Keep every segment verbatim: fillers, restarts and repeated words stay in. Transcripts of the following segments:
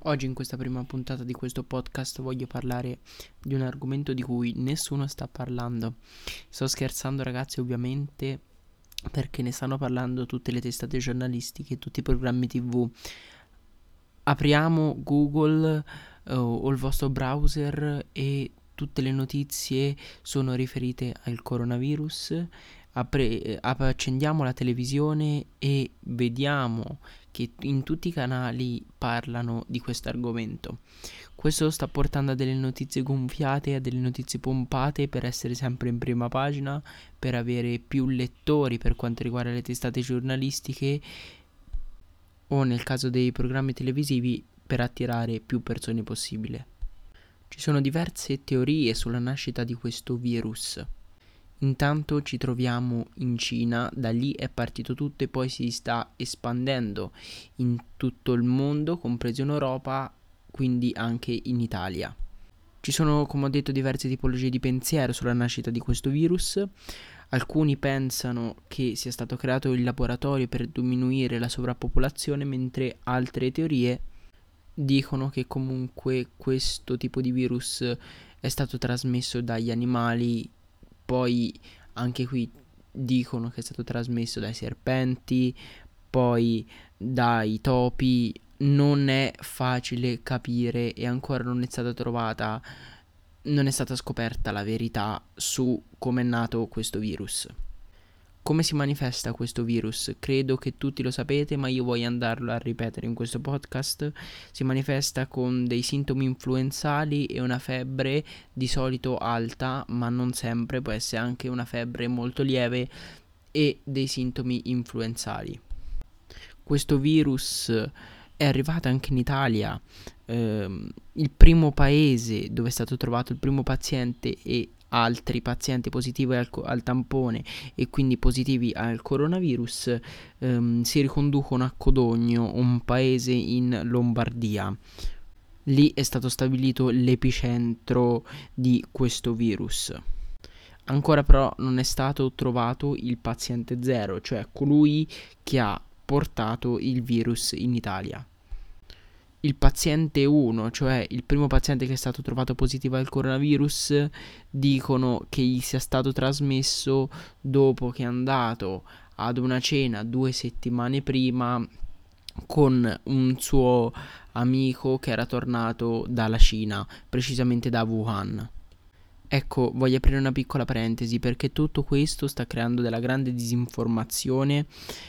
Oggi in questa prima puntata di questo podcast voglio parlare di un argomento di cui nessuno sta parlando. Sto scherzando ragazzi, ovviamente, perché ne stanno parlando tutte le testate giornalistiche, tutti i programmi tivù. Apriamo Google eh, o il vostro browser e tutte le notizie sono riferite al coronavirus. Apre- accendiamo la televisione e vediamo che in tutti i canali parlano di questo argomento. Questo sta portando a delle notizie gonfiate, a delle notizie pompate per essere sempre in prima pagina, per avere più lettori per quanto riguarda le testate giornalistiche o nel caso dei programmi televisivi per attirare più persone possibile. Ci sono diverse teorie sulla nascita di questo virus. Intanto ci troviamo in Cina, da lì è partito tutto e poi si sta espandendo in tutto il mondo, compreso in Europa, quindi anche in Italia. Ci sono, come ho detto, diverse tipologie di pensiero sulla nascita di questo virus. Alcuni pensano che sia stato creato in laboratorio per diminuire la sovrappopolazione, mentre altre teorie dicono che comunque questo tipo di virus è stato trasmesso dagli animali. Poi anche qui dicono che è stato trasmesso dai serpenti, poi dai topi. Non è facile capire e ancora non è stata trovata, non è stata scoperta la verità su come è nato questo virus. Come si manifesta questo virus? Credo che tutti lo sapete, ma io voglio andarlo a ripetere in questo podcast. Si manifesta con dei sintomi influenzali e una febbre di solito alta, ma non sempre, può essere anche una febbre molto lieve e dei sintomi influenzali. Questo virus è arrivato anche in Italia. Ehm, il primo paese dove è stato trovato il primo paziente e altri pazienti positivi al, al tampone e quindi positivi al coronavirus ehm, si riconducono a Codogno, un paese in Lombardia. Lì è stato stabilito l'epicentro di questo virus. Ancora però non è stato trovato il paziente zero, cioè colui che ha portato il virus in Italia. Il paziente uno, cioè il primo paziente che è stato trovato positivo al coronavirus, dicono che gli sia stato trasmesso dopo che è andato ad una cena due settimane prima con un suo amico che era tornato dalla Cina, precisamente da Wuhan. Ecco, voglio aprire una piccola parentesi perché tutto questo sta creando della grande disinformazione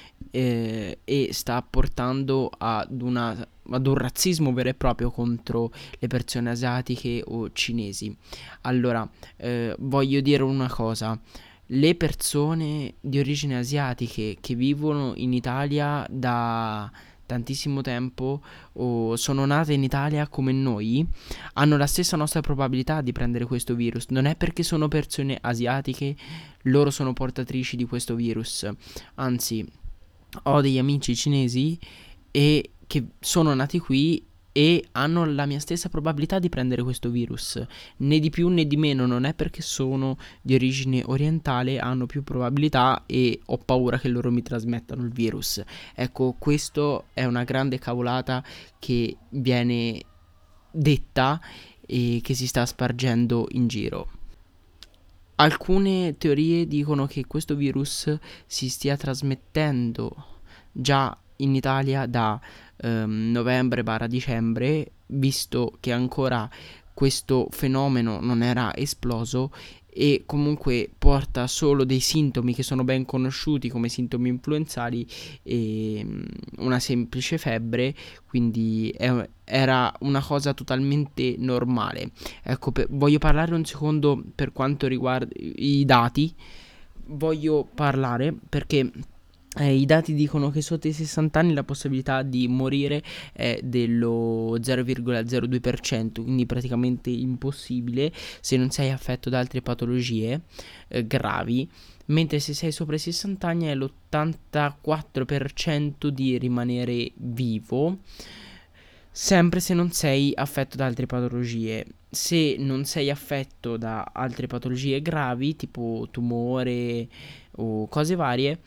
eh, e sta portando ad, una, ad un razzismo vero e proprio contro le persone asiatiche o cinesi. Allora, eh, voglio dire una cosa. Le persone di origine asiatiche che vivono in Italia da tantissimo tempo o sono nate in Italia come noi hanno la stessa nostra probabilità di prendere questo virus. Non è perché sono persone asiatiche loro sono portatrici di questo virus. Anzi, ho degli amici cinesi e che sono nati qui e hanno la mia stessa probabilità di prendere questo virus, né di più né di meno. Non è perché sono di origine orientale hanno più probabilità e ho paura che loro mi trasmettano il virus. Ecco, questo è una grande cavolata che viene detta e che si sta spargendo in giro. Alcune teorie dicono che questo virus si stia trasmettendo già in Italia da ehm, novembre-dicembre, visto che ancora questo fenomeno non era esploso e comunque porta solo dei sintomi che sono ben conosciuti come sintomi influenzali e mm, una semplice febbre, quindi è, era una cosa totalmente normale. Ecco, per, voglio parlare un secondo per quanto riguarda i dati. Voglio parlare perché eh, i dati dicono che sotto i sessanta anni la possibilità di morire è dello zero virgola zero due per cento, quindi praticamente impossibile se non sei affetto da altre patologie eh, gravi, mentre se sei sopra i sessanta anni è l'ottantaquattro per cento di rimanere vivo, sempre se non sei affetto da altre patologie. Se non sei affetto da altre patologie gravi, tipo tumore o cose varie,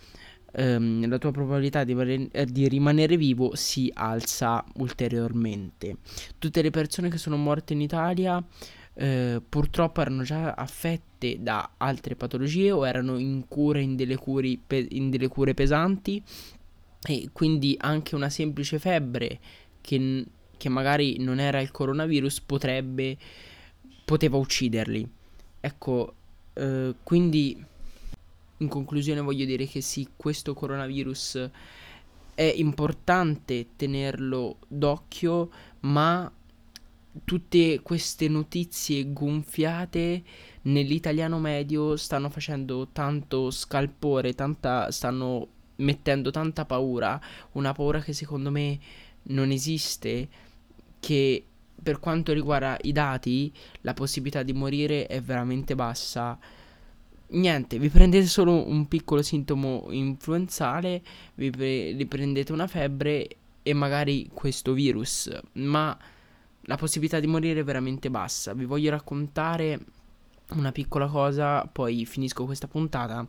ehm, la tua probabilità di, vare- eh, di rimanere vivo si alza ulteriormente. Tutte le persone che sono morte in Italia eh, purtroppo erano già affette da altre patologie o erano in cure in delle, curi pe- in delle cure pesanti, e quindi anche una semplice febbre che, n- che magari non era il coronavirus potrebbe poteva ucciderli. Ecco, eh, quindi in conclusione voglio dire che sì, questo coronavirus è importante tenerlo d'occhio, ma tutte queste notizie gonfiate nell'italiano medio stanno facendo tanto scalpore, tanta, stanno mettendo tanta paura, una paura che secondo me non esiste, che per quanto riguarda i dati la possibilità di morire è veramente bassa. Niente, vi prendete solo un piccolo sintomo influenzale, vi pre- riprendete una febbre e magari questo virus, ma la possibilità di morire è veramente bassa. Vi voglio raccontare una piccola cosa, poi finisco questa puntata.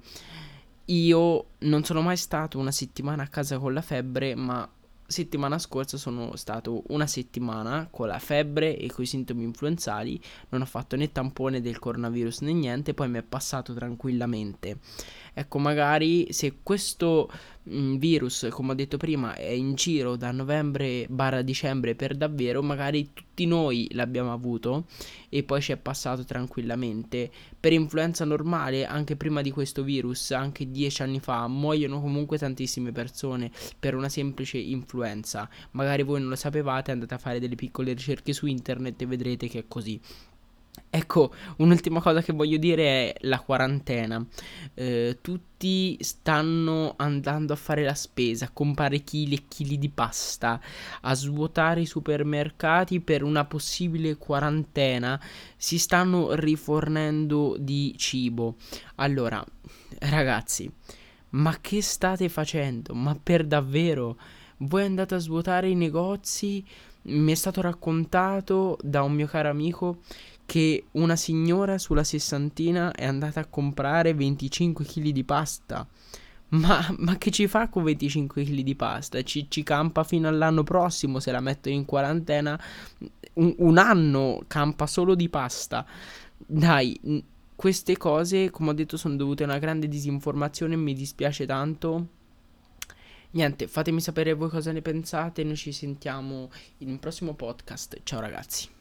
Io non sono mai stato una settimana a casa con la febbre, ma settimana scorsa sono stato una settimana con la febbre e con i sintomi influenzali. Non ho fatto né tampone del coronavirus né niente, poi mi è passato tranquillamente. Ecco, magari se questo mh, virus, come ho detto prima, è in giro da novembre barra dicembre per davvero, magari tutti noi l'abbiamo avuto e poi ci è passato tranquillamente. Per influenza normale, anche prima di questo virus, anche dieci anni fa, muoiono comunque tantissime persone per una semplice influenza. Magari voi non lo sapevate, andate a fare delle piccole ricerche su internet e vedrete che è così. Ecco, un'ultima cosa che voglio dire è la quarantena. Eh, tutti stanno andando a fare la spesa, a comprare chili e chili di pasta, a svuotare i supermercati per una possibile quarantena. Si stanno rifornendo di cibo. Allora, ragazzi, ma che state facendo? Ma per davvero? Voi andate a svuotare i negozi? Mi è stato raccontato da un mio caro amico che una signora sulla sessantina è andata a comprare venticinque chili di pasta. Ma, ma che ci fa con venticinque chili di pasta? Ci, ci campa fino all'anno prossimo se la mettono in quarantena. Un, un anno campa solo di pasta. Dai, n- queste cose, come ho detto, sono dovute a una grande disinformazione. Mi dispiace tanto. Niente, fatemi sapere voi cosa ne pensate. Noi ci sentiamo in un prossimo podcast. Ciao ragazzi.